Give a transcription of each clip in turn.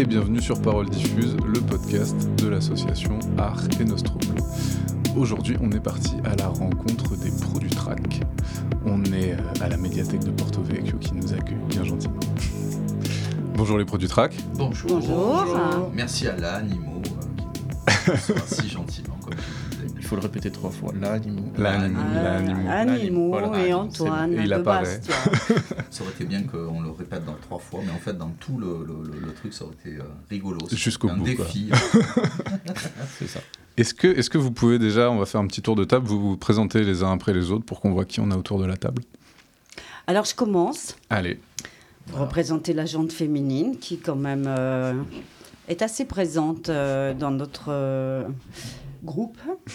bienvenue sur Parole Diffuse, le podcast de l'association Art et Nostrum. Aujourd'hui, on est parti à la rencontre des pros du track. On est à la médiathèque de Porto Vecchio qui nous accueille bien gentiment. Bonjour les pros du track. Bonjour. Bonjour. Merci à l'Animo qui nous reçoit si gentiment, comme tu disais. Il faut le répéter 3 fois. L'Animo. Animo Voilà, et Antoine et il de apparaît. Bastia. Ça aurait été bien qu'on le répète dans 3 fois, mais en fait, dans tout le truc, ça aurait été rigolo. Jusqu'au un bout, défi. C'est ça. Est-ce que vous pouvez déjà, on va faire un petit tour de table, vous présenter les uns après les autres pour qu'on voit qui on a autour de la table. Alors je commence Allez. pour représenter la jante féminine qui quand même est assez présente dans notre groupe.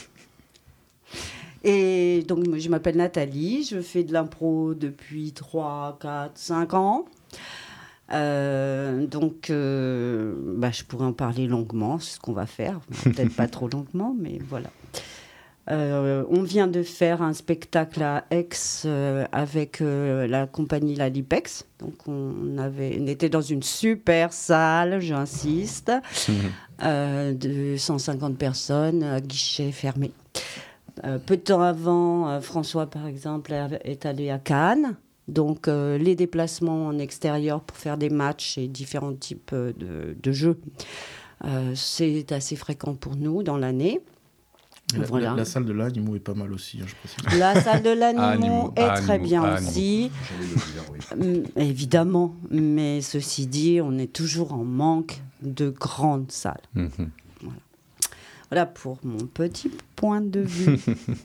Et donc je m'appelle Nathalie, je fais de l'impro depuis 3, 4, 5 ans. Je pourrais en parler longuement, c'est ce qu'on va faire. Peut-être pas trop longuement, mais voilà. On vient de faire un spectacle à Aix avec la compagnie La Lipex. Donc on était dans une super salle, j'insiste, de 150 personnes, à guichet fermé. Peu de temps avant, François, par exemple, est allé à Cannes. Donc, les déplacements en extérieur pour faire des matchs et différents types de jeux, c'est assez fréquent pour nous dans l'année. Voilà. La salle de l'Animo est pas mal aussi, je précise. La salle de l'Animo Animo, est très bien Animo. aussi. J'allais le dire, oui. Évidemment, mais ceci dit, on est toujours en manque de grandes salles. Mhm. Voilà pour mon petit point de vue.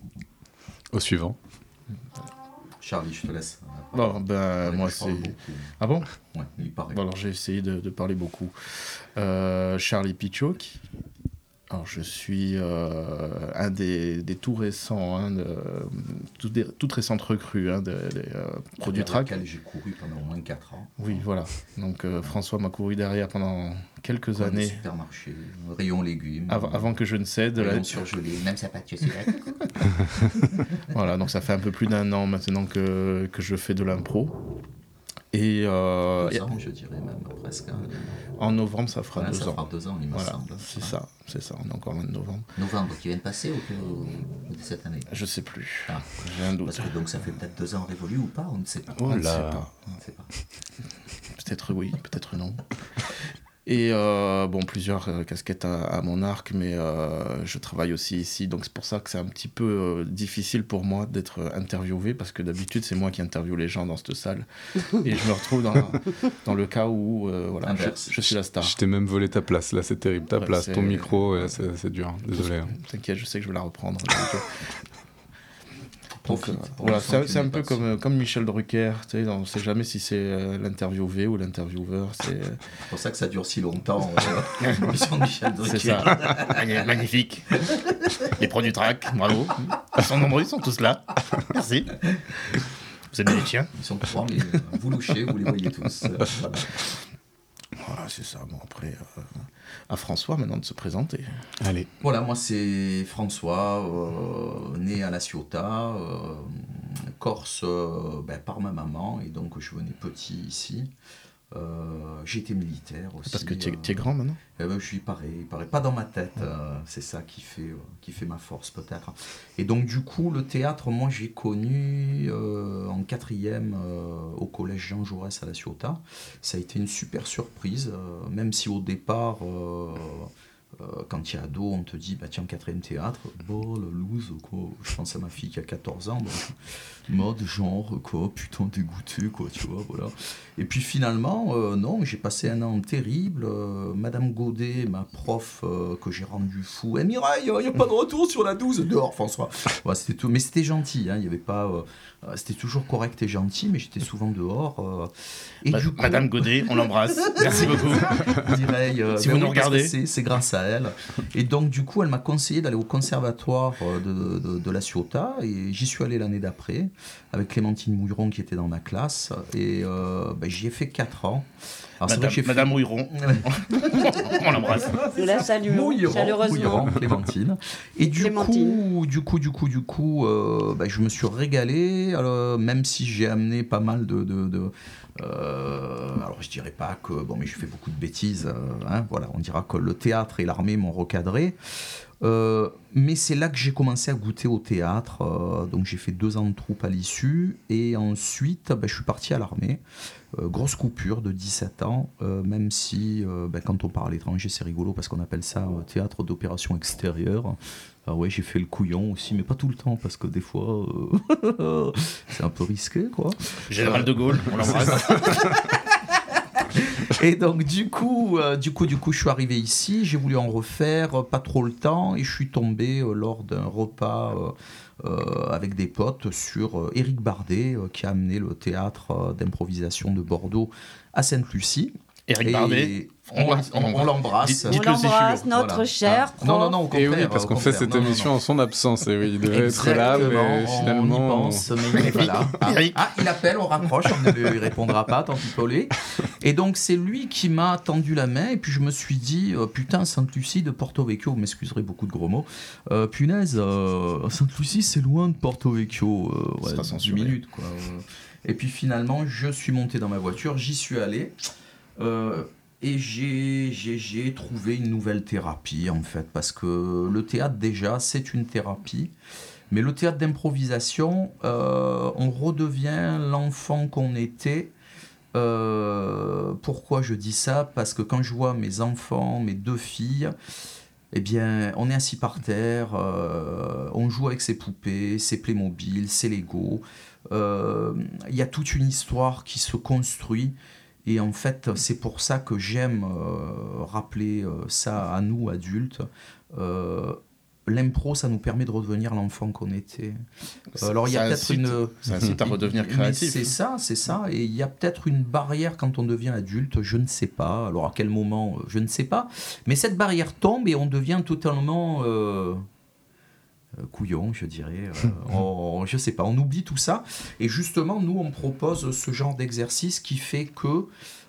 Au suivant. Charlie, je te laisse. Bon, moi, Je parle c'est... beaucoup. Ah bon? Ouais, il paraît. Bon, alors, j'ai essayé de parler beaucoup. Charlie Pichok. Alors, je suis un des tout récents, toute récente recrue des produits track. J'ai couru pendant au moins 4 ans. Oui, voilà. Donc, François m'a couru derrière pendant quelques Dans années. le supermarché, rayon légumes. Avant que je ne cède. Rayon surgelé, même sa pâte, c'est là. Voilà, donc ça fait un peu plus d'1 an maintenant que je fais de l'impro. Et 2 ans, je dirais même, presque. Hein. En novembre, ça fera 2 Ça ans. fera 2 ans, il me Voilà, semble. c'est ça, on est encore loin de novembre. Novembre qui vient de passer ou de cette année? Je sais plus, Ah. j'ai un doute. Parce que donc ça fait peut-être 2 ans révolus ou pas, on ne sait pas. On ne là. sait pas. On ne sait pas. Peut-être oui, peut-être non. Et plusieurs casquettes à mon arc, mais je travaille aussi ici, donc c'est pour ça que c'est un petit peu difficile pour moi d'être interviewé, parce que d'habitude c'est moi qui interviewe les gens dans cette salle, et je me retrouve dans le cas où je suis la star. Je t'ai même volé ta place, là c'est terrible, ta place, ton micro, c'est dur, désolé. Hein. T'inquiète, je sais que je vais la reprendre. Profite. Voilà, c'est un peu comme Michel Drucker, tu sais, on ne sait jamais si c'est l'interviewé ou l'intervieweur. C'est pour ça que ça dure si longtemps, l'émission de Michel Drucker. C'est ça, magnifique. Les produits track, bravo. Ils sont nombreux, ils sont tous là. Merci. Vous aimez les chiens? Ils sont 3, mais vous louchez, vous les voyez tous. Voilà. Voilà, c'est ça. Bon, après, à François maintenant de se présenter. Allez. Voilà, moi c'est François, né à La Ciotat, Corse par ma maman, et donc je venais petit ici. J'étais militaire aussi. Parce que tu es grand maintenant? Je suis pareil, pas dans ma tête, c'est ça qui fait ma force peut-être. Et donc du coup, le théâtre, moi j'ai connu en 4e au collège Jean Jaurès à La Ciotat. Ça a été une super surprise, même si au départ... quand tu es ado, on te dit tiens, 4e théâtre, le loose, quoi. Je pense à ma fille qui a 14 ans, mode, genre, quoi, putain, dégoûté, quoi, tu vois, voilà. Et puis finalement, non, j'ai passé un an terrible. Madame Godet, ma prof, que j'ai rendu fou, Mireille, il n'y a pas de retour sur la 12, dehors, François. Ouais, c'était tout, mais c'était gentil, hein, il y avait pas. C'était toujours correct et gentil, mais j'étais souvent dehors. Et du coup, Madame Godet, on l'embrasse. Merci beaucoup. Mireille, si vous nous regardez. C'est grâce à elle. Et donc, du coup, elle m'a conseillé d'aller au conservatoire de La Ciotat, et j'y suis allé l'année d'après. avec Clémentine Mouilleron qui était dans ma classe. Et j'y ai fait 4 ans. Alors, Madame Mouilleron. On l'embrasse. Nous la saluons chaleureusement. Clémentine. Et du coup, je me suis régalé, même si j'ai amené pas mal alors je dirais pas que mais je fais beaucoup de bêtises, voilà, on dira que le théâtre et l'armée m'ont recadré, mais c'est là que j'ai commencé à goûter au théâtre, donc j'ai fait 2 ans de troupe à l'issue et ensuite je suis parti à l'armée, grosse coupure de 17 ans, même si quand on part à l'étranger c'est rigolo parce qu'on appelle ça théâtre d'opération extérieure. Ah ouais, j'ai fait le couillon aussi, mais pas tout le temps, parce que des fois, c'est un peu risqué, quoi. Général de Gaulle, on l'embrasse. Et donc, du coup, je suis arrivé ici, j'ai voulu en refaire, pas trop le temps, et je suis tombé lors d'un repas avec des potes sur Éric Bardet, qui a amené le théâtre d'improvisation de Bordeaux à Sainte-Lucie. Éric Bardet, on l'embrasse. On l'embrasse, notre cher prof. Non, au contraire. Et oui, parce qu'on fait cette émission en son absence. Et oui, il devait être là, mais finalement... On y pense, mais il n'est pas là. Il appelle, on raccroche, on ne lui répondra pas, tant pis pour lui. Et donc, c'est lui qui m'a tendu la main, et puis je me suis dit, putain, Sainte-Lucie de Porto Vecchio, vous m'excuserez beaucoup de gros mots, punaise, Sainte-Lucie, c'est loin de Porto Vecchio, 10 minutes, quoi. Et puis finalement, je suis monté dans ma voiture, j'y suis allé, et j'ai trouvé une nouvelle thérapie, en fait, parce que le théâtre, déjà, c'est une thérapie. Mais le théâtre d'improvisation, on redevient l'enfant qu'on était. Pourquoi je dis ça ? Parce que quand je vois mes enfants, mes 2 filles, eh bien, on est assis par terre, on joue avec ses poupées, ses Playmobil, ses Lego. Il y a toute une histoire qui se construit. Et en fait, c'est pour ça que j'aime rappeler ça à nous, adultes. L'impro, ça nous permet de redevenir l'enfant qu'on était. Alors, il y a peut-être une... Ça incite à redevenir créatif. C'est ça. Et il y a peut-être une barrière quand on devient adulte, je ne sais pas. Alors, à quel moment, je ne sais pas. Mais cette barrière tombe et on devient totalement... couillon, je dirais. Je sais pas, on oublie tout ça. Et justement, nous, on propose ce genre d'exercice qui fait que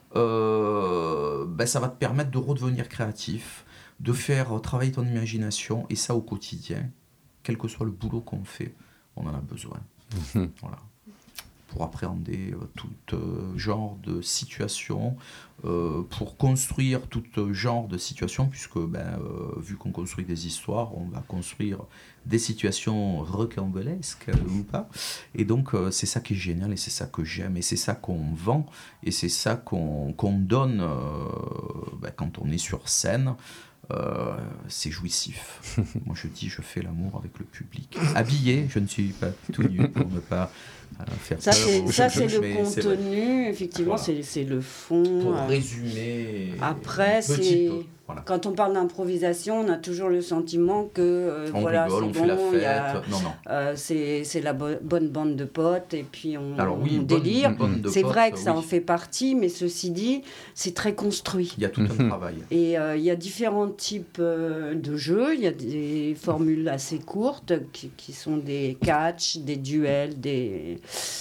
ça va te permettre de redevenir créatif, de faire travailler ton imagination, et ça au quotidien, quel que soit le boulot qu'on fait, on en a besoin. Voilà. Pour appréhender tout genre de situation, pour construire tout genre de situation, puisque vu qu'on construit des histoires, on va construire des situations rocambolesques ou pas. Et donc c'est ça qui est génial, et c'est ça que j'aime, et c'est ça qu'on vend, et c'est ça qu'on donne quand on est sur scène. C'est jouissif. Moi je dis, je fais l'amour avec le public. Habillé, je ne suis pas tout nu pour ne pas faire ça, peur. c'est le contenu, effectivement, voilà. C'est le fond. Pour résumer. Après, voilà. Quand on parle d'improvisation, on a toujours le sentiment que on rigole, on fait la fête. Non. C'est la bonne bande de potes, et puis on délire. C'est vrai que ça en fait partie, mais ceci dit, c'est très construit. Il y a tout un travail. Et il y a différents types de jeux. Il y a des formules assez courtes qui sont des catchs, des duels, des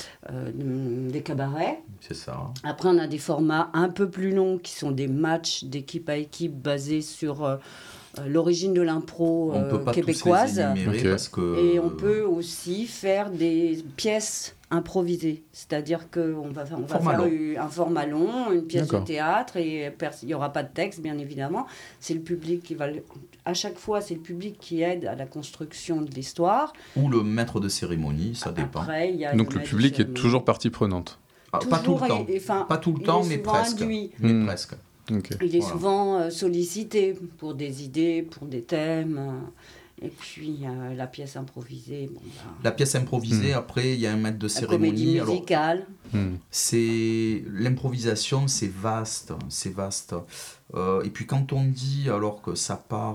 cabarets. C'est ça. Après, on a des formats un peu plus longs qui sont des matchs d'équipe à équipe basés sur l'origine de l'impro québécoise. Parce que... Et on peut aussi faire des pièces improvisées. C'est-à-dire qu'on va faire un format long, une pièce de théâtre, et il n'y aura pas de texte, bien évidemment. C'est le public qui va... À chaque fois, c'est le public qui aide à la construction de l'histoire. Ou le maître de cérémonie, ça dépend. Après, donc le public est toujours partie prenante. Pas tout le temps, mais presque. Mais presque. Okay. Il est souvent sollicité pour des idées, pour des thèmes. Et puis la pièce improvisée. La pièce improvisée, après, il y a un maître de cérémonie. La comédie musicale. C'est l'improvisation, c'est vaste. Et puis quand on dit, alors que ça part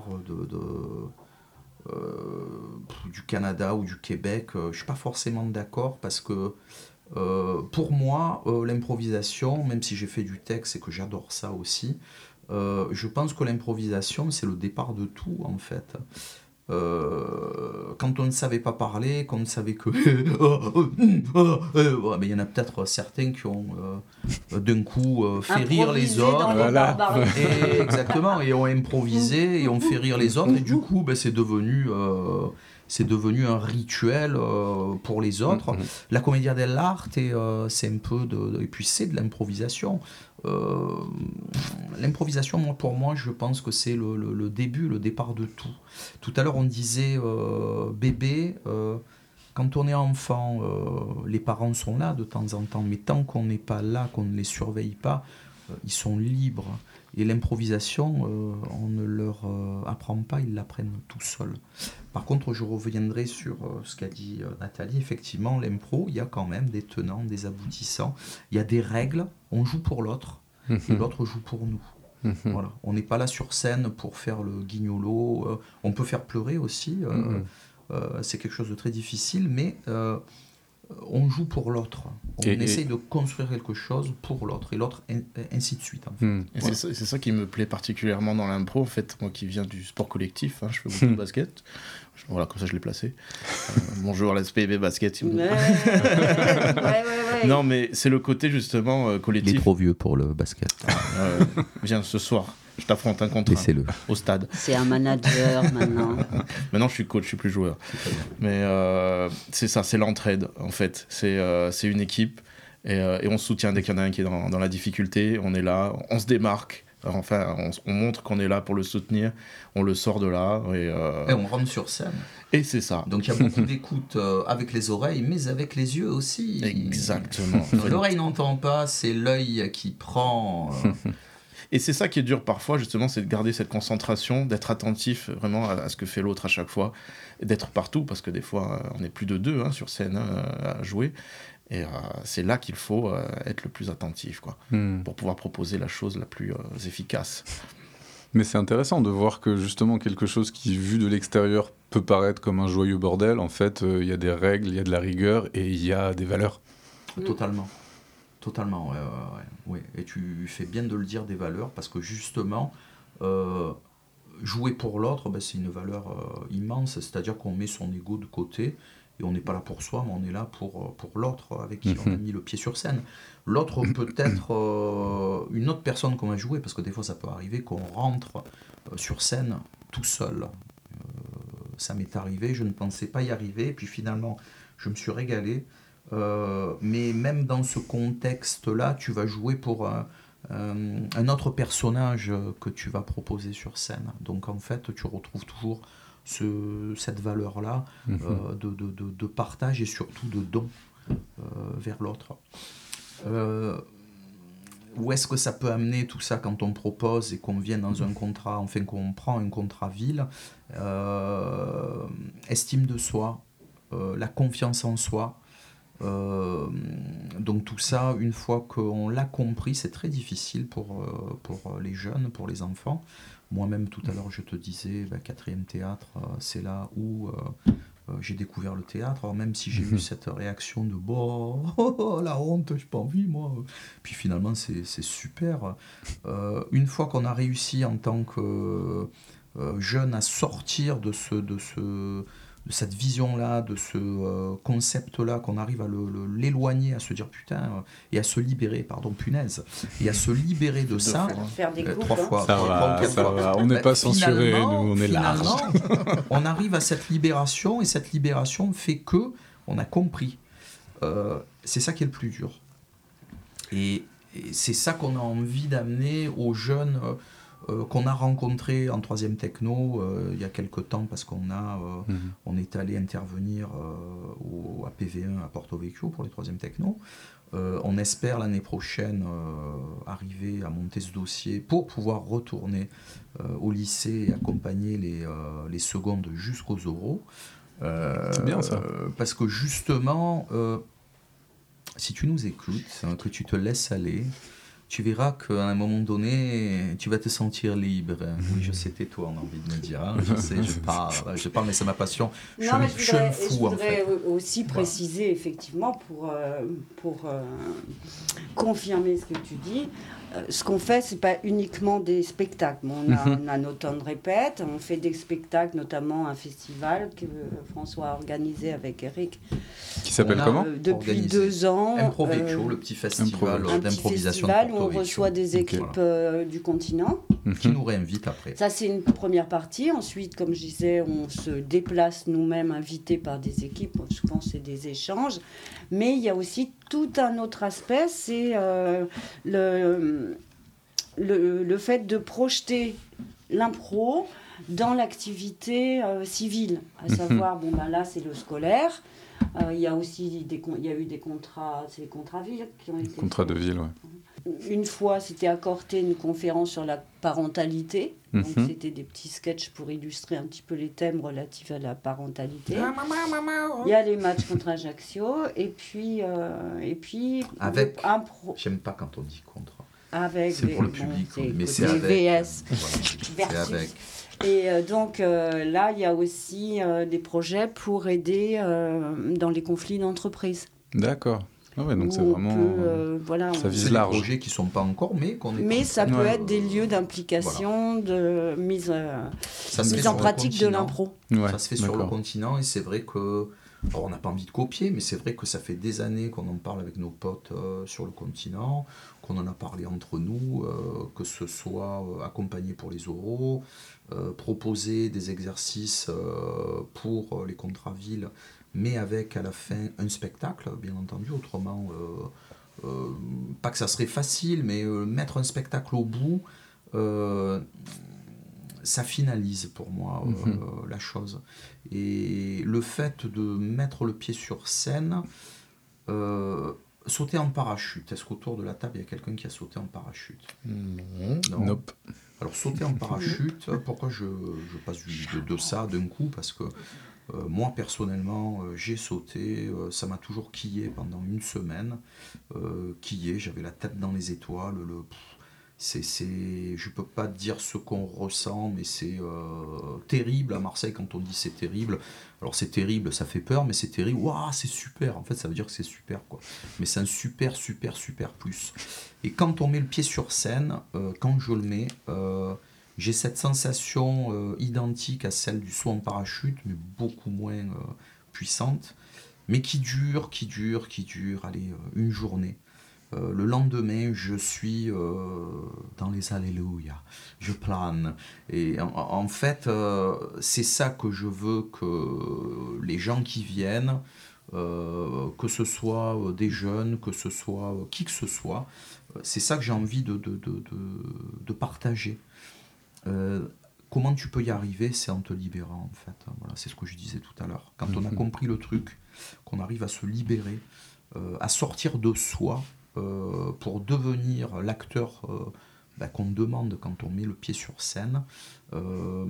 du Canada ou du Québec, je ne suis pas forcément d'accord, parce que pour moi, l'improvisation, même si j'ai fait du texte et que j'adore ça aussi, je pense que l'improvisation, c'est le départ de tout, en fait. quand on ne savait pas parler, qu'on ne savait que... il y en a peut-être certains qui ont d'un coup fait rire les autres. Voilà. Exactement, et ont improvisé et ont fait rire les autres, et du coup c'est devenu un rituel pour les autres. La commedia dell'arte, c'est un peu et puis c'est de l'improvisation. L'improvisation, pour moi, je pense que c'est le début, le départ de tout. Tout à l'heure, on disait bébé. Quand on est enfant, les parents sont là de temps en temps, mais tant qu'on n'est pas là, qu'on ne les surveille pas, ils sont libres. Et l'improvisation, on ne leur apprend pas, ils l'apprennent tout seuls. Par contre, je reviendrai sur ce qu'a dit Nathalie. Effectivement, l'impro, il y a quand même des tenants, des aboutissants. Il y a des règles, on joue pour l'autre, et l'autre joue pour nous. Voilà. On n'est pas là sur scène pour faire le guignolo. On peut faire pleurer aussi. C'est quelque chose de très difficile, mais on joue pour l'autre. On essaye de construire quelque chose pour l'autre, et l'autre, ainsi de suite. En fait. Et voilà. C'est ça qui me plaît particulièrement dans l'impro. En fait, moi qui viens du sport collectif, je fais beaucoup de basket. Voilà, comme ça je l'ai placé. Bonjour, la SPB basket. Ouais. Non, mais c'est le côté justement collectif. Il est trop vieux pour le basket. Viens ce soir. Je t'affronte un contre Laissez-le. Au stade. C'est un manager maintenant. Maintenant, je suis coach, je suis plus joueur. Mais c'est ça, c'est l'entraide en fait. C'est une équipe et on se soutient dès qu'il y en a un qui est dans la difficulté. On est là, on se démarque. Enfin, on montre qu'on est là pour le soutenir. On le sort de là et on rentre sur scène. Et c'est ça. Donc il y a beaucoup d'écoute avec les oreilles, mais avec les yeux aussi. Exactement. L'oreille n'entend pas, c'est l'œil qui prend. Et c'est ça qui est dur parfois, justement, c'est de garder cette concentration, d'être attentif vraiment à ce que fait l'autre à chaque fois, et d'être partout, parce que des fois, on est plus de deux sur scène à jouer. Et c'est là qu'il faut être le plus attentif, quoi, pour pouvoir proposer la chose la plus efficace. Mais c'est intéressant de voir que justement quelque chose qui, vu de l'extérieur, peut paraître comme un joyeux bordel, en fait, il y a des règles, il y a de la rigueur et il y a des valeurs. Totalement. Totalement, ouais. Et tu fais bien de le dire, des valeurs, parce que justement, jouer pour l'autre, c'est une valeur immense, c'est-à-dire qu'on met son ego de côté, et on n'est pas là pour soi, mais on est là pour l'autre avec qui on a mis le pied sur scène. L'autre peut être une autre personne qu'on a joué, parce que des fois ça peut arriver qu'on rentre sur scène tout seul. Ça m'est arrivé, je ne pensais pas y arriver, et puis finalement je me suis régalé. Mais même dans ce contexte-là, tu vas jouer pour un autre personnage que tu vas proposer sur scène. Donc en fait, tu retrouves toujours cette valeur-là de partage et surtout de don vers l'autre. Où est-ce que ça peut amener tout ça quand on propose et qu'on vient dans un contrat, enfin qu'on prend un contrat ville, estime de soi, la confiance en soi. Donc tout ça, une fois qu'on l'a compris, c'est très difficile pour les jeunes, pour les enfants. Moi-même, tout à l'heure, je te disais, 4e théâtre, c'est là où j'ai découvert le théâtre. Alors même si j'ai eu cette réaction de la honte, j'ai pas envie, moi. Puis finalement, c'est super. Une fois qu'on a réussi en tant que jeune à sortir de cette vision-là, de ce concept-là, qu'on arrive à l'éloigner, à se dire putain, et à se libérer, et à se libérer de ça, faire des groupes, 3 fois, ça 3 ou 4 va, fois. on n'est pas censurés, nous, on est large. On arrive à cette libération, et cette libération fait que on a compris. C'est ça qui est le plus dur. Et c'est ça qu'on a envie d'amener aux jeunes qu'on a rencontré en 3e techno il y a quelque temps, parce qu'on on est allé intervenir à PV1 à Porto Vecchio pour les 3e techno. On espère l'année prochaine arriver à monter ce dossier pour pouvoir retourner au lycée et accompagner les secondes jusqu'aux oraux. C'est bien ça. Parce que justement, si tu nous écoutes, que tu te laisses aller, tu verras qu'à un moment donné, tu vas te sentir libre. Oui, je sais, tais-toi, on a envie de me dire. Hein. Je sais, je parle, mais c'est ma passion. Je suis un fou, en fait. Je voudrais aussi préciser, effectivement, pour confirmer ce que tu dis, ce qu'on fait, c'est pas uniquement des spectacles. Bon, on a nos temps de répète, on fait des spectacles, notamment un festival que François a organisé avec Eric. Qui s'appelle comment ? Depuis 2 ans. Improveccio, le petit festival d'improvisation de Porto Vecchio. Où on reçoit des équipes du continent. Qui nous réinvitent après. Ça, c'est une première partie. Ensuite, comme je disais, on se déplace nous-mêmes, invités par des équipes. Souvent, c'est des échanges. Mais il y a aussi tout un autre aspect, c'est le fait de projeter l'impro dans l'activité civile. À savoir, là, c'est le scolaire. Il y a aussi eu des contrats, c'est les contrats villes qui ont été... Contrats de ville, ouais. Une fois, c'était à Corté une conférence sur la parentalité. Donc, c'était des petits sketchs pour illustrer un petit peu les thèmes relatifs à la parentalité. Il y a les matchs contre Ajaccio. Et puis avec... J'aime pas quand on dit contre. Avec c'est pour le public, mais c'est avec. VS. Voilà. C'est avec. Et donc là, il y a aussi des projets pour aider dans les conflits d'entreprise. D'accord. Ah ouais, donc c'est vraiment... ça vise large. Des projets qui ne sont pas encore, mais qu'on est... Mais ça peut être des lieux d'implication, de mise en pratique de l'impro. Ouais, ça se fait sur le continent, et c'est vrai que... Alors, on n'a pas envie de copier, mais c'est vrai que ça fait des années qu'on en parle avec nos potes sur le continent, qu'on en a parlé entre nous, que ce soit accompagné pour les oraux, proposer des exercices pour les contrats-villes, mais avec à la fin un spectacle, bien entendu. Autrement, pas que ça serait facile, mais mettre un spectacle au bout, ça finalise pour moi la chose. Et le fait de mettre le pied sur scène, sauter en parachute. Est-ce qu'autour de la table, il y a quelqu'un qui a sauté en parachute ? Non. Nope. Alors, sauter en parachute, pourquoi je passe de ça d'un coup ? Parce que moi, personnellement, j'ai sauté, ça m'a toujours quillé pendant 1 semaine. J'avais la tête dans les étoiles, je peux pas dire ce qu'on ressent, mais c'est terrible à Marseille quand on dit c'est terrible. Alors c'est terrible, ça fait peur, mais c'est terrible. Waouh, c'est super. En fait, ça veut dire que c'est super, quoi. Mais c'est un super plus. Et quand on met le pied sur scène, quand je le mets, j'ai cette sensation identique à celle du saut en parachute, mais beaucoup moins puissante, mais qui dure. Allez, 1 journée. Le lendemain, je suis dans les alléluia, je plane. Et en fait, c'est ça que je veux que les gens qui viennent, que ce soit des jeunes, que ce soit qui que ce soit, c'est ça que j'ai envie de partager. Comment tu peux y arriver ? C'est en te libérant, en fait. Voilà, c'est ce que je disais tout à l'heure. Quand on a compris le truc, qu'on arrive à se libérer, à sortir de soi, pour devenir l'acteur qu'on demande quand on met le pied sur scène, en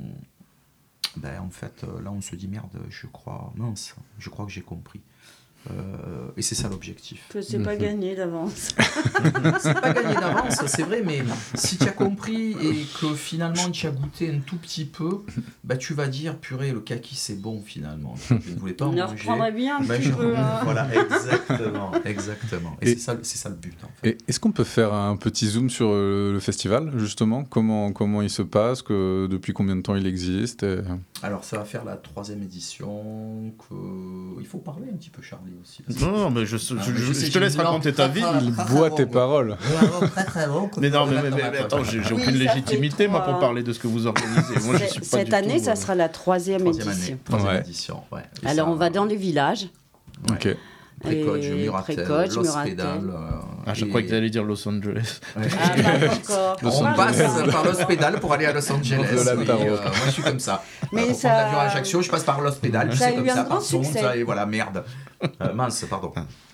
fait, là on se dit merde, je crois que j'ai compris. Et c'est ça l'objectif. Que c'est pas gagné d'avance. C'est pas gagné d'avance, c'est vrai, mais si tu as compris et que finalement tu as goûté un tout petit peu, tu vas dire purée, le kaki c'est bon finalement. Je ne voulais pas en manger. On en reprendrait bien un petit peu. Voilà, exactement. Et c'est ça le but. En fait. Et est-ce qu'on peut faire un petit zoom sur le festival, justement ? Comment il se passe, depuis combien de temps il existe Alors ça va faire la 3e édition. Il faut parler un petit peu, Charlie. Aussi, non, mais je te laisse raconter ta vie. Il boit tes paroles. Très bon. Mais attends, j'ai aucune légitimité moi pour parler de ce que vous organisez. Moi, je suis pas cette année, ça sera la 3e édition. 3e édition, ouais. Alors, on va dans les villages. Ok. Précoge, Muratel, l'Hospédal. Je crois que tu allais dire Los Angeles. Ouais. On passe par l'Hospédal pour aller à Los Angeles. Moi, je suis comme ça. Mais pour prendre l'avion à Ajaccio, je passe par l'Hospédal. Ça a eu un grand succès. Et voilà, merde. Mince, pardon.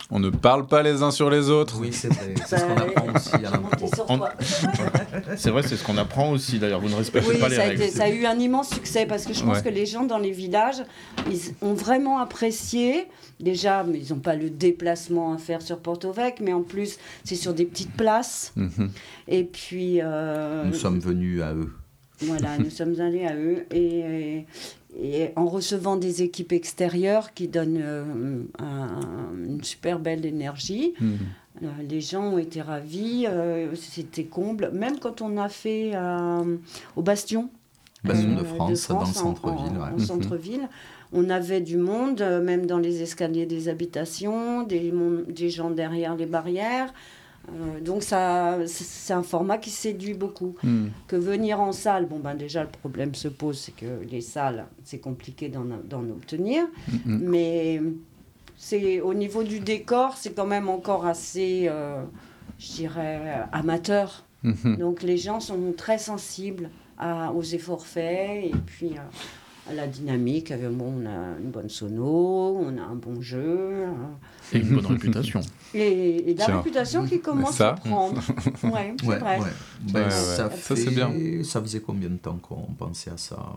On ne parle pas les uns sur les autres. Oui, c'est vrai. C'est ce qu'on apprend aussi à l'impro. C'est vrai, c'est ce qu'on apprend aussi d'ailleurs. Vous ne respectez Oui, pas les règles. ça a eu un immense succès parce que je pense que les gens dans les villages, ils ont vraiment apprécié. Déjà, mais ils n'ont pas le déplacement à faire sur Porto-Vecchio, mais en plus, c'est sur des petites places. Et puis... Nous sommes venus à eux. Voilà, nous sommes allés à eux. Et en recevant des équipes extérieures qui donnent une super belle énergie, les gens ont été ravis. C'était comble. Même quand on a fait au Bastion. Bastion de France, dans le centre-ville. En centre-ville. On avait du monde, même dans les escaliers des habitations, des gens derrière les barrières. Donc c'est un format qui séduit beaucoup. Que venir en salle, déjà le problème se pose, c'est que les salles, c'est compliqué d'en obtenir. Mais c'est, au niveau du décor, c'est quand même encore assez, je dirais, amateur. Donc les gens sont très sensibles aux efforts faits et puis à la dynamique. On a une bonne sono, on a un bon jeu. Et une bonne réputation. Et la réputation qui commence à prendre. Ouais, c'est vrai. Ça c'est bien. Ça faisait combien de temps qu'on pensait à ça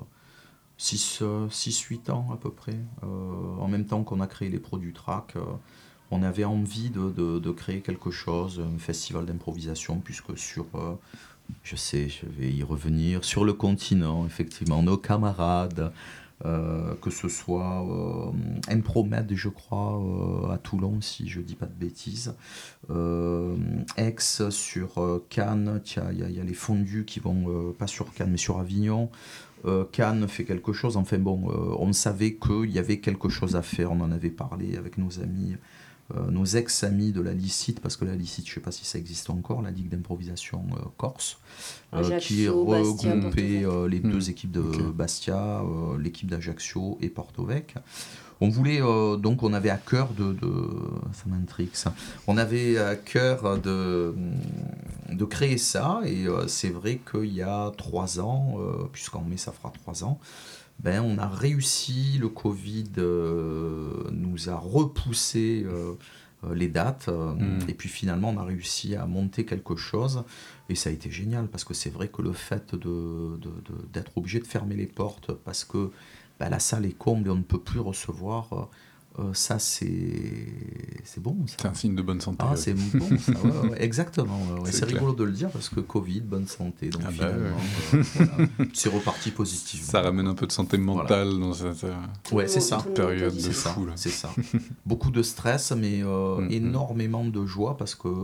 6-8 ans à peu près. En même temps qu'on a créé les produits Track, on avait envie de créer quelque chose, un festival d'improvisation, puisque sur... je sais, je vais y revenir. Sur le continent, effectivement, nos camarades, que ce soit Impromed, je crois, à Toulon, si je ne dis pas de bêtises, Aix, sur Cannes, il y a les fondus qui vont, pas sur Cannes, mais sur Avignon. Cannes fait quelque chose. Enfin bon, on savait qu'il y avait quelque chose à faire. On en avait parlé avec nos amis. Nos ex-amis de la Licite, parce que la Licite, je ne sais pas si ça existe encore, la Ligue d'improvisation corse, qui regroupait les deux équipes de Bastia, l'équipe d'Ajaccio et Porto-Vecchio. On voulait, donc on avait à cœur ça m'intrigue ça, on avait à cœur de créer ça, et c'est vrai qu'il y a 3 ans, puisqu'en mai ça fera 3 ans, on a réussi, le Covid nous a repoussé les dates, et puis finalement on a réussi à monter quelque chose, et ça a été génial, parce que c'est vrai que le fait d'être obligé de fermer les portes, parce que la salle est comble et on ne peut plus recevoir, ça c'est bon. Ça. C'est un signe de bonne santé. Ah, c'est bon, ça, ouais, exactement. C'est rigolo de le dire, parce que Covid, bonne santé. Donc finalement, voilà, c'est reparti positivement. Ça ramène un peu de santé mentale dans cette c'est ça. Période de fou. C'est ça. Beaucoup de stress, mais énormément de joie, parce que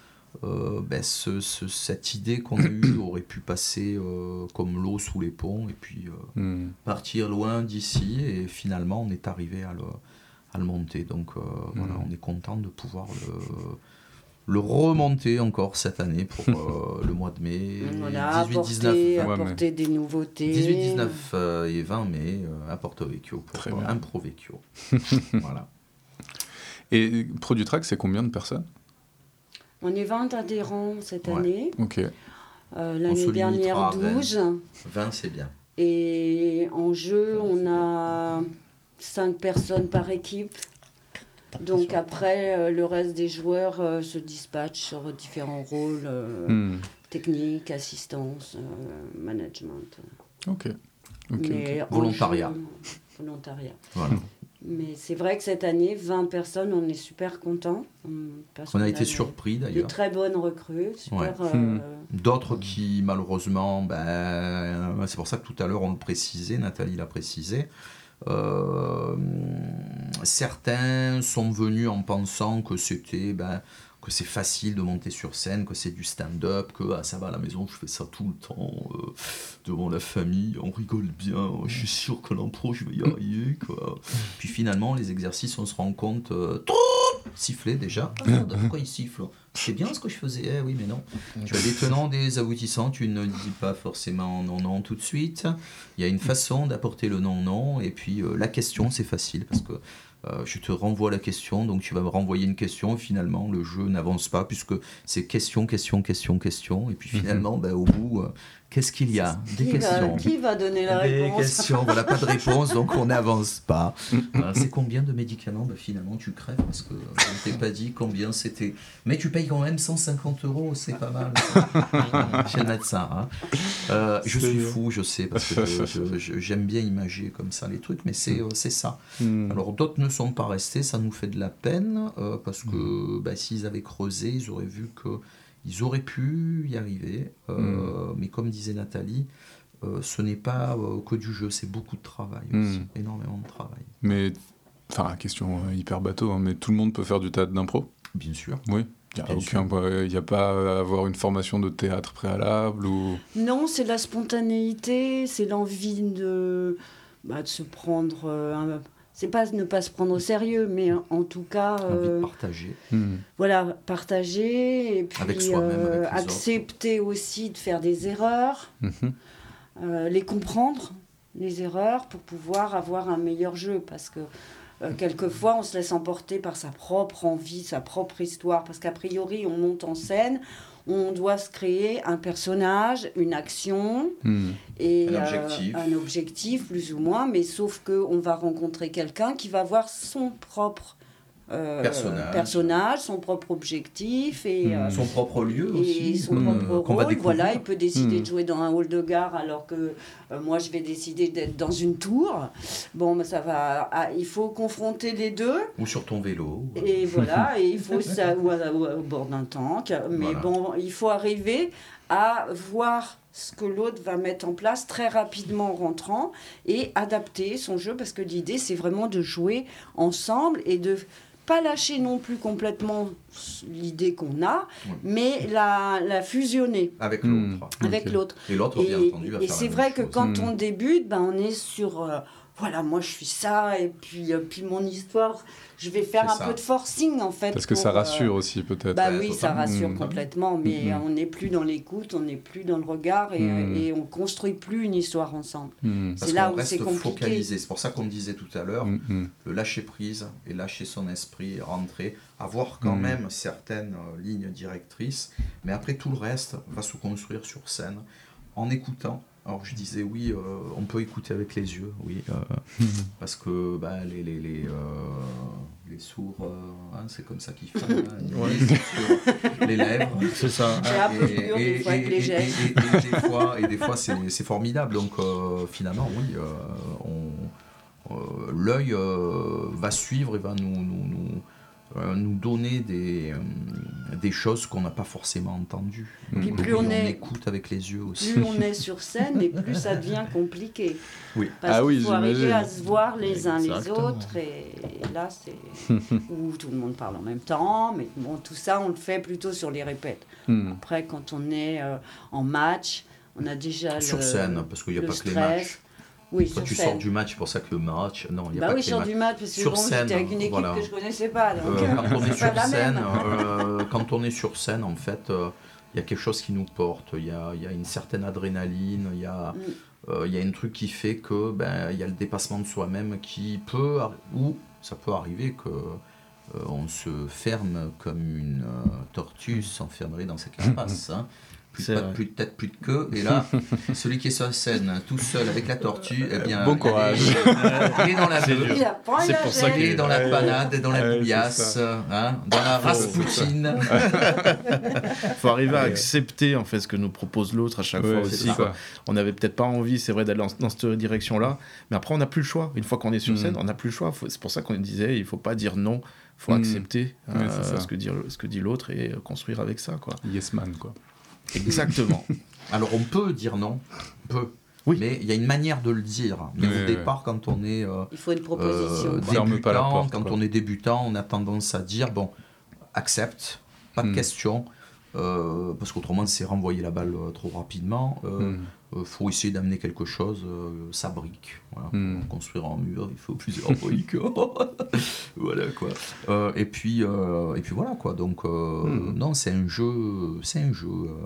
cette idée qu'on a eue aurait pu passer comme l'eau sous les ponts, et puis partir loin d'ici, et finalement on est arrivé à le monter. Donc voilà, on est content de pouvoir le remonter encore cette année pour le mois de mai. Voilà, 18-19 apporter des nouveautés. 18, 19 et 20 mai à Porto-Vecchio pour Impro-Vecchio. Voilà. Et Produit Track, c'est combien de personnes ? On est 20 adhérents cette année. Ok. L'année dernière, 12. 20, c'est bien. Et en jeu, on a 5 personnes par équipe. Donc après, le reste des joueurs se dispatchent sur différents rôles, technique, assistance, management. Ok. Volontariat. Voilà. Mais c'est vrai que cette année, 20 personnes, on est super contents. On a été surpris d'ailleurs. De très bonnes recrues. Super, d'autres qui, malheureusement, c'est pour ça que tout à l'heure on le précisait, Nathalie l'a précisé. Certains sont venus en pensant que c'était... que c'est facile de monter sur scène, que c'est du stand-up, que ça va à la maison, je fais ça tout le temps, devant la famille, on rigole bien, je suis sûr que l'impro, je vais y arriver, quoi. Puis finalement, les exercices, on se rend compte, siffler déjà, pourquoi il siffle ? C'est bien ce que je faisais, oui mais non. Tu as des tenants, des aboutissants, tu ne dis pas forcément non tout de suite, il y a une façon d'apporter le non, et puis la question c'est facile, parce que je te renvoie la question, donc tu vas me renvoyer une question, et finalement le jeu n'avance pas, puisque c'est question, et puis finalement, au bout, qu'est-ce qu'il y a ? Des questions. Qui va donner la Des réponse ? questions, voilà, pas de réponse, donc on n'avance pas. C'est combien de médicaments ? Finalement, tu crèves, parce que je ne t'ai pas dit combien c'était. Mais tu payes quand même 150 €, c'est pas mal. Chez le médecin. Je suis fou, je sais, parce que j'aime bien imager comme ça les trucs, mais c'est ça. Alors d'autres ne sont pas restés, ça nous fait de la peine, parce que s'ils avaient creusé, ils auraient vu qu'ils auraient pu y arriver. Mais comme disait Nathalie, ce n'est pas que du jeu, c'est beaucoup de travail aussi, énormément de travail. Mais, question hyper bateau, hein, mais tout le monde peut faire du théâtre d'impro ? Bien sûr. Oui. Il n'y a pas à avoir une formation de théâtre préalable ou... Non, c'est la spontanéité, c'est l'envie de se prendre... c'est pas ne pas se prendre au sérieux, mais en tout cas... envie de partager. Voilà, partager, et puis avec soi-même, avec les accepter autres. Aussi de faire des erreurs, les comprendre, les erreurs, pour pouvoir avoir un meilleur jeu, parce que quelquefois on se laisse emporter par sa propre envie, sa propre histoire, parce qu'a priori on monte en scène, on doit se créer un personnage, une action et un objectif plus ou moins, mais sauf qu'on va rencontrer quelqu'un qui va avoir son propre personnage, son propre objectif et son propre lieu et aussi, son propre rôle. Voilà, il peut décider de jouer dans un hall de gare alors que moi je vais décider d'être dans une tour. Bon, ça va. Il faut confronter les deux. Ou sur ton vélo. Et voilà, et il faut ça ou au bord d'un tank. Mais bon, il faut arriver à voir ce que l'autre va mettre en place très rapidement en rentrant et adapter son jeu, parce que l'idée c'est vraiment de jouer ensemble et de pas lâcher non plus complètement l'idée qu'on a, mais la fusionner avec l'autre. Avec l'autre. Et l'autre, bien entendu, va faire c'est vrai que quand on débute, on est sur... voilà, moi je suis ça, et puis mon histoire, je vais faire un peu de forcing en fait. Parce que ça rassure aussi peut-être. Oui, ça rassure complètement, mais on n'est plus dans l'écoute, on n'est plus dans le regard, et on ne construit plus une histoire ensemble. C'est là où c'est compliqué. Focalisé. C'est pour ça qu'on disait tout à l'heure, le lâcher prise et lâcher son esprit, rentrer, avoir quand même certaines lignes directrices, mais après tout le reste va se construire sur scène en écoutant. Alors je disais oui, on peut écouter avec les yeux, oui, parce que les sourds, c'est comme ça qu'ils font, sur les lèvres, c'est ça. C'est un peu dur des fois avec les gestes. Et des fois c'est formidable, donc finalement oui, l'œil va suivre et va nous donner des choses qu'on n'a pas forcément entendues. Puis plus on écoute avec les yeux aussi. Plus on est sur scène, et plus ça devient compliqué. Oui. Parce qu'il faut arriver à se voir les uns les autres, et là c'est où tout le monde parle en même temps, mais bon, tout ça on le fait plutôt sur les répètes. Après, quand on est en match, on a déjà sur scène, parce qu'il n'y a pas stress. Que les matchs. Oui, quand tu sors du match, c'est pour ça que le match, non, il n'y a pas que les matchs. Oui, je sors du match, parce que bon, j'étais avec une équipe que je ne connaissais pas. Donc quand on est sur scène, quand on est sur scène, en fait, il y a quelque chose qui nous porte, il y a une certaine adrénaline, il y a un truc qui fait que il y a le dépassement de soi-même qui peut, ou ça peut arriver que on se ferme comme une tortue s'enfermerait dans sa carapace. Plus de tête, plus de queue, et là, celui qui est sur la scène, tout seul avec la tortue, eh bien, bon courage. Il est dans la bœuf, c'est pour ça qu'il est dans la panade, dans la bouillasse, dans la Raspoutine. Il faut arriver à accepter en fait ce que nous propose l'autre à chaque fois aussi. On n'avait peut-être pas envie, c'est vrai, d'aller dans cette direction-là, mais après on n'a plus le choix. Une fois qu'on est sur scène, on n'a plus le choix. C'est pour ça qu'on disait, il ne faut pas dire non, il faut accepter ce que dit l'autre et construire avec ça, quoi. Yes man, quoi. Exactement. Alors on peut dire non, mais il y a une manière de le dire. Mais au départ, quand on est il faut une proposition. Débutant, quand on est débutant, on a tendance à dire accepte, pas de question, parce qu'autrement c'est renvoyer la balle trop rapidement. Faut essayer d'amener quelque chose, ça brique. Voilà. Pour construire un mur, il faut plusieurs briques. Voilà quoi. Et puis voilà quoi. Donc non, c'est un jeu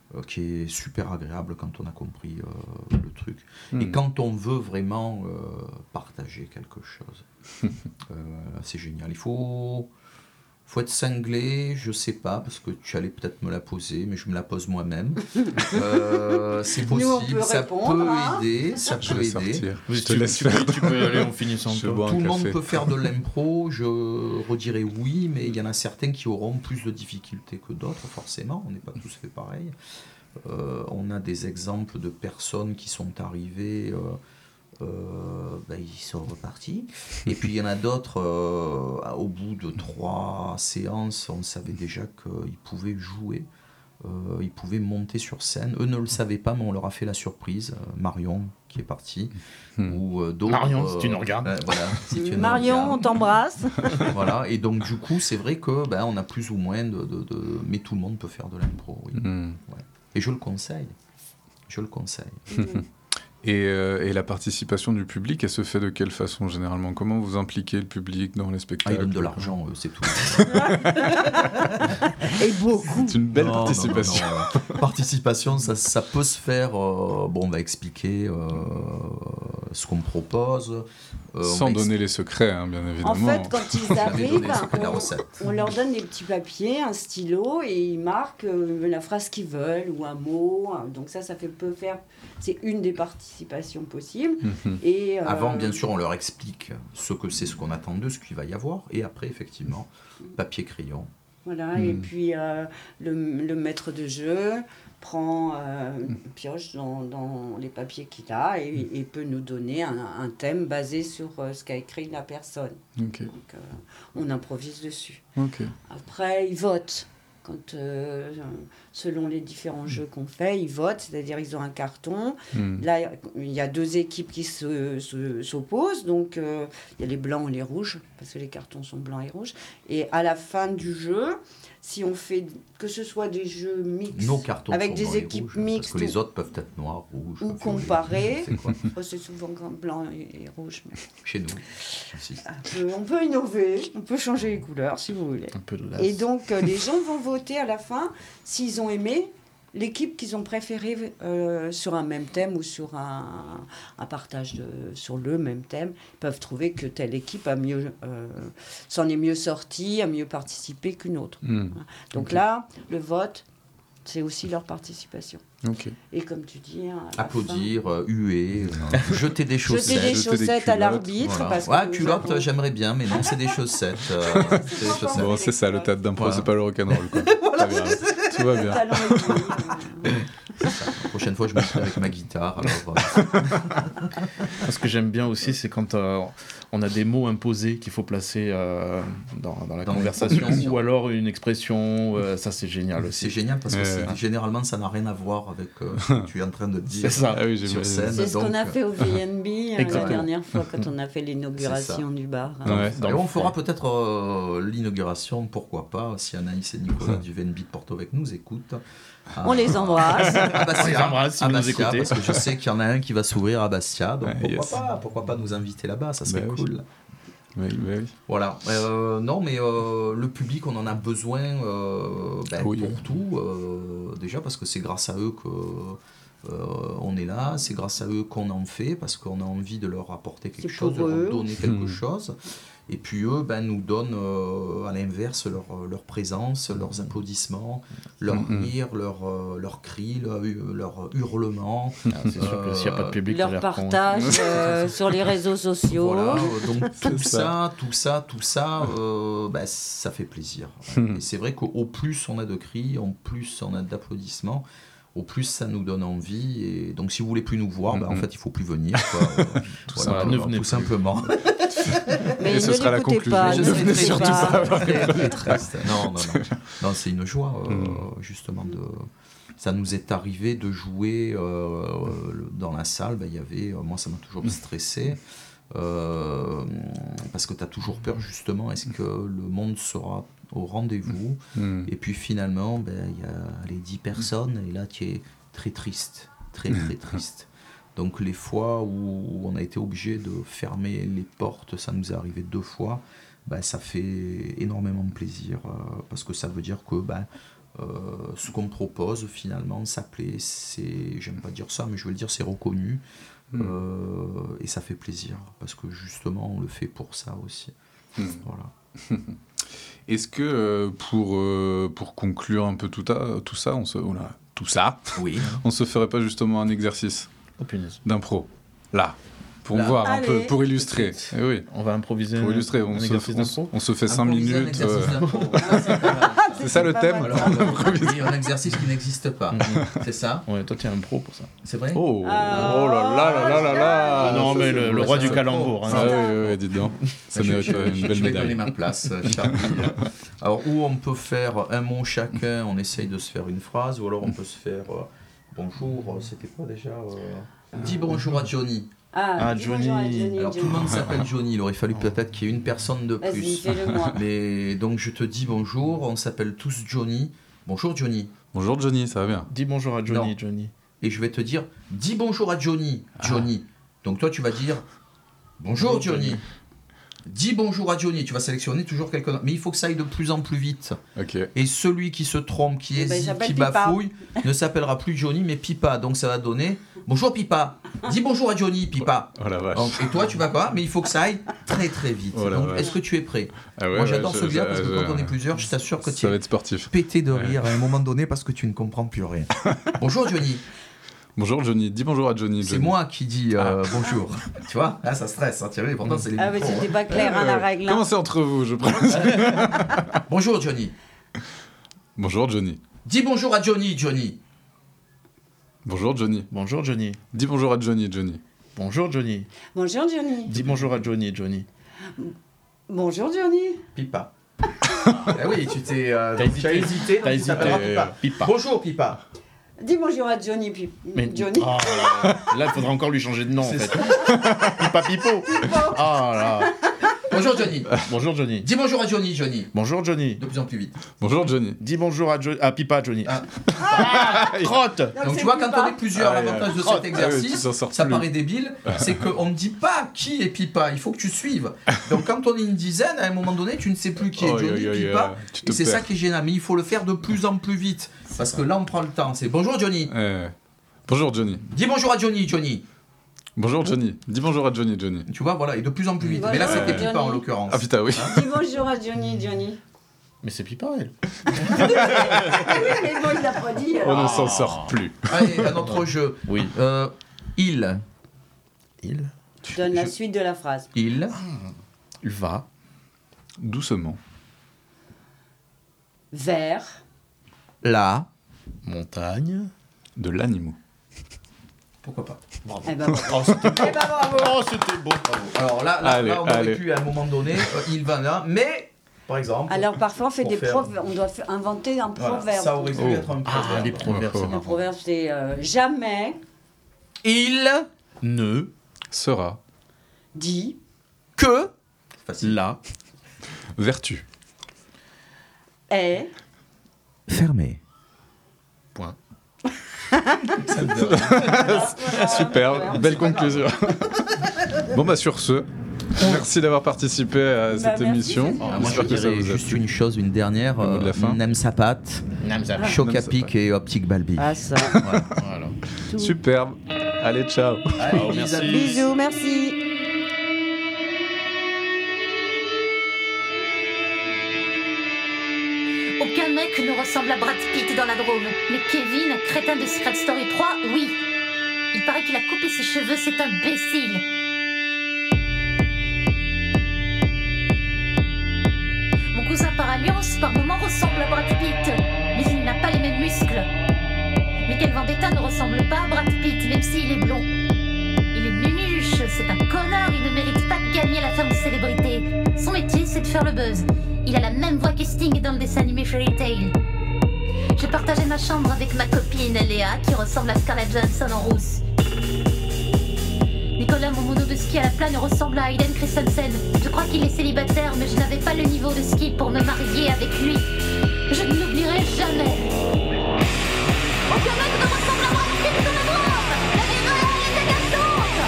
qui est super agréable quand on a compris le truc. Et quand on veut vraiment partager quelque chose, c'est génial. Il faut être cinglé, je sais pas, parce que tu allais peut-être me la poser, mais je me la pose moi-même. C'est possible, ça peut aider, ça peut aider. Je te laisse faire. Tu peux y aller, on finit sans toi. Tout le monde peut faire de l'impro, je redirais oui, mais il y en a certains qui auront plus de difficultés que d'autres, forcément, on n'est pas tous fait pareil. On a des exemples de personnes qui sont arrivées... ils sont repartis. Et puis il y en a d'autres, au bout de 3 séances, on savait déjà qu'ils pouvaient jouer, ils pouvaient monter sur scène. Eux ne le savaient pas, mais on leur a fait la surprise. Marion, qui est partie, ou d'autres. Marion, si tu nous regardes. Voilà, si tu Marion, nous regardes. on t'embrasse. Voilà, et donc du coup, c'est vrai que on a plus ou moins mais tout le monde peut faire de l'impro. Oui. Ouais. Et je le conseille. Je le conseille. Et la participation du public, elle se fait de quelle façon généralement ? Comment vous impliquez le public dans les spectacles ? Ils donnent de l'argent, c'est tout. Et beaucoup. C'est une belle participation. Non. Participation, ça peut se faire. On va expliquer ce qu'on propose. Sans donner les secrets, hein, bien évidemment. En fait, quand ils arrivent, on leur donne des petits papiers, un stylo, et ils marquent la phrase qu'ils veulent ou un mot. Donc ça peut faire. C'est une des participations possibles. Et, avant, bien sûr, on leur explique ce que c'est, ce qu'on attend d'eux, ce qu'il va y avoir. Et après, effectivement, papier, crayon. Voilà, et puis le maître de jeu prend pioche dans les papiers qu'il a et peut nous donner un thème basé sur ce qu'a écrit la personne. Okay. Donc, on improvise dessus. Okay. Après, ils votent. Quand, selon les différents jeux qu'on fait, ils votent, c'est-à-dire ils ont un carton. Là, il y a 2 équipes qui s'opposent, donc il y a les blancs et les rouges, parce que les cartons sont blancs et rouges. Et à la fin du jeu, si on fait que ce soit des jeux mixtes, nos cartons avec sont des blancs et équipes rouges, mixtes, parce que les autres peuvent être noirs, rouges, ou comparés, c'est, c'est souvent blanc et rouge. Mais... Chez nous, ici. On peut innover, on peut changer les couleurs si vous voulez. Un peu de et donc les gens vont voter à la fin s'ils ont aimé l'équipe qu'ils ont préférée sur un même thème ou sur un partage sur le même thème. Ils peuvent trouver que telle équipe s'en est mieux sortie, a mieux participé qu'une autre. Donc là, le vote, c'est aussi leur participation. Okay. Et comme tu dis... Applaudir, huer, jeter des chaussettes. Jeter des chaussettes à l'arbitre. Voilà. Parce que culotte, j'aimerais bien, mais non, c'est des chaussettes. Bon, c'est ça, le théâtre d'impro, c'est pas le rock'n'roll, quoi. Voilà, tout va bien. La prochaine fois, je me suis avec ma guitare. Alors, Ce que j'aime bien aussi, c'est quand on a des mots imposés qu'il faut placer dans la conversation, ou alors une expression, ça c'est génial aussi. C'est génial parce que généralement, ça n'a rien à voir avec ce que tu es en train de dire sur scène. C'est ce qu'on a fait au VNB la dernière fois quand on a fait l'inauguration du bar. Et on fera peut-être l'inauguration, pourquoi pas, si Anaïs et Nicolas du VNB de Porto avec nous écoutent. On les embrasse. On les embrasse si vous nous écoutez. Parce que je sais qu'il y en a un qui va s'ouvrir à Bastia, donc pourquoi pas nous inviter là-bas, ça serait cool. Oui. Voilà. Non, mais le public, on en a besoin pour tout. Déjà parce que c'est grâce à eux que on est là, c'est grâce à eux qu'on en fait, parce qu'on a envie de leur apporter quelque chose, de leur donner quelque chose. Et puis eux nous donnent à l'inverse leur présence, leurs applaudissements, leurs rires, leurs cris, leurs hurlements. C'est sûr que s'il n'y a pas de public, leur partage sur les réseaux sociaux. Voilà, donc tout ça, ça fait plaisir. Et c'est vrai qu'au plus on a de cris, au plus on a d'applaudissements, au plus ça nous donne envie. Et donc si vous voulez plus nous voir, en fait il faut plus venir. Tout simplement. Mais et ce sera la conclusion. Ne venez surtout pas. Non, c'est une joie justement ça nous est arrivé de jouer dans la salle. Il y avait, moi ça m'a toujours stressé. Parce que tu as toujours peur justement, est-ce que le monde sera au rendez-vous et puis finalement il y a les 10 personnes et là tu es très triste, très triste. Donc les fois où on a été obligé de fermer les portes, ça nous est arrivé 2 fois, ça fait énormément de plaisir parce que ça veut dire que ce qu'on me propose finalement, ça plaît, j'aime pas dire ça, mais je veux le dire, c'est reconnu. Et ça fait plaisir, parce que justement, on le fait pour ça aussi. Voilà. Est-ce que pour conclure un peu tout ça, Oui. on se ferait pas justement un exercice d'impro là, pour voir un peu, pour illustrer. Eh oui. On va improviser. Pour illustrer, on se fait 5 minutes. C'est ça le thème. Alors, un exercice qui n'existe pas. C'est ça. Ouais, toi tu es un pro pour ça. C'est vrai. Oh là là. Non mais le roi du calembour. Ah oui, dites donc. Ça mérite une belle Je vais médaille. donner ma place, Charlie. Alors, où on peut faire un mot chacun, on essaye de se faire une phrase, ou alors on peut se faire bonjour, c'était quoi déjà Dis bonjour à Johnny. Johnny. Alors tout le monde s'appelle Johnny, il aurait fallu peut-être qu'il y ait une personne de plus. Vas-y, fais-le moi. Mais donc je te dis bonjour, on s'appelle tous Johnny. Bonjour Johnny. Bonjour Johnny, ça va bien. Dis bonjour à Johnny, Johnny. Et je vais te dire, dis bonjour à Johnny, Johnny. Donc toi tu vas dire bonjour Johnny. Dis bonjour à Johnny, tu vas sélectionner toujours quelqu'un d'autre. Mais il faut que ça aille de plus en plus vite. Okay. Et celui qui se trompe, qui hésite, qui bafouille, ne s'appellera plus Johnny, mais Pipa. Donc ça va donner bonjour Pipa. Dis bonjour à Johnny, Pipa. Oh la vache. Donc, et toi, tu vas quoi? Mais il faut que ça aille très très vite. Oh donc est-ce que tu es prêt? Ah ouais, moi j'adore ce gars parce que quand on est plusieurs, je t'assure que tu va être sportif. Pété de rire à un moment donné parce que tu ne comprends plus rien. Bonjour Johnny. Bonjour Johnny, dis bonjour à Johnny. C'est moi qui dis bonjour. Tu vois, là ça stresse, hein, Thierry, pourtant c'est les mais micros, c'était pas clair la règle. Comment c'est entre vous, je prends. Bonjour Johnny. Bonjour Johnny. Dis bonjour à Johnny, Johnny. Bonjour Johnny. Bonjour Johnny. Dis bonjour à Johnny, Johnny. Bonjour Johnny. Bonjour Johnny. Dis bonjour à Johnny, Johnny. Bonjour Johnny. Pipa. Ah oui, tu t'es hésité. T'as hésité. Pipa. Bonjour Pipa. Dis bonjour à Johnny. Johnny. Oh, là, il faudra encore lui changer de nom, en fait. Pipa Pipo. Ah là. Bonjour Johnny. Bonjour Johnny. Dis bonjour à Johnny, Johnny. Bonjour Johnny. De plus en plus vite. Bonjour Johnny. Dis bonjour à Pipa, Johnny. Trotte. Donc tu vois, quand on est plusieurs, l'avantage de cet exercice, ça paraît débile, c'est qu'on ne dit pas qui est Pipa, il faut que tu suives. Donc quand on est une dizaine, à un moment donné, tu ne sais plus qui est Johnny, Pipa, et c'est ça qui est gênant. Mais il faut le faire de plus en plus vite, parce que là on prend le temps. C'est bonjour Johnny. Bonjour Johnny. Dis bonjour à Johnny, Johnny. Bonjour Johnny. Dis bonjour à Johnny, Johnny. Tu vois, voilà, et de plus en plus vite. Bonjour, mais là c'était Johnny. Pipa en l'occurrence. Ah putain, oui. Dis bonjour à Johnny, Johnny. Mais c'est Pipa, elle. Mais bon, il l'a pas dit. On ne s'en sort plus. Allez, un autre jeu. Oui. Il. Tu donnes la suite de la phrase. Il. Va. Doucement. Vers. La. Montagne. De l'animaux. Pourquoi pas. Bravo. Eh ben bravo. Oh, c'était beau. Eh ben bravo. Oh, c'était beau. Bravo. Alors là, Allez, on aurait pu à un moment donné, il va là, mais par exemple. Alors parfois on fait pour des faire- proverbes, on doit inventer un Voilà, proverbe. ça aurait pu Oh. être un proverbe. les proverbes, c'est Le marrant. proverbe c'est jamais Il Ne. Sera. dit que. Facile. La. Vertu. est Fermé. Point. Super, belle conclusion. Bon bah sur ce, merci d'avoir participé à cette merci, émission. c'est bien. Moi je J'espère que ça dirais vous a juste plu. une chose, une dernière. Le mot de la fin. Nem Sapat, Namza. Chocapic et Optique Balbi. ah ça. Voilà. Superbe. Allez, ciao. Allez, Ciao, bisous. merci. Bisous, merci. Aucun mec ne ressemble à Brad Pitt dans la Drôme. Mais Kevin, crétin de Secret Story 3, oui. Il paraît qu'il a coupé ses cheveux, c'est imbécile. Mon cousin par alliance, par moments, ressemble à Brad Pitt. Mais il n'a pas les mêmes muscles. Michael Vendetta ne ressemble pas à Brad Pitt, même s'il est blond. Il est nunuche, c'est un connard, il ne mérite pas de gagner la femme de célébrité. Son métier, c'est de faire le buzz. Il a la même voix que Sting dans le dessin animé Fairy Tail. J'ai partagé ma chambre avec ma copine Léa, qui ressemble à Scarlett Johansson en rousse. Nicolas, mon mono de ski à la plane, ressemble à Hayden Christensen. Je crois qu'il est célibataire, mais je n'avais pas le niveau de ski pour me marier avec lui. Je ne l'oublierai jamais. Aucun mec ne ressemble à Brad Pitt dans la Drôme. La vie réelle est agaçante.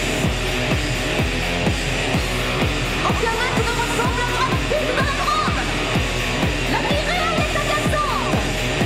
Aucun mec ne ressemble à Brad Pitt dans la Drôme. La vie réelle est agaçante.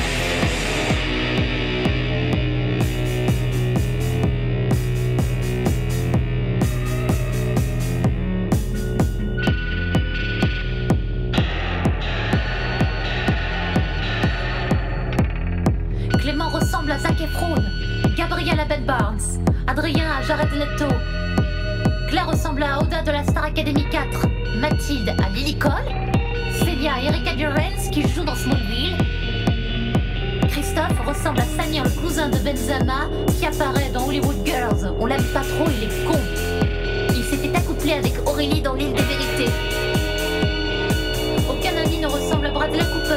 Efron, Gabriel à Ben Barnes, Adrien à Jared Leto, Claire ressemble à Oda de la Star Academy 4, Mathilde à Lily Cole, Célia à Erika Durance qui joue dans Smallville, Christophe ressemble à Samir, le cousin de Benzema qui apparaît dans Hollywood Girls. On l'aime pas trop, il est con. Il s'était accouplé avec Aurélie dans l'île des vérités. Aucun ami ne ressemble à Bradley Cooper.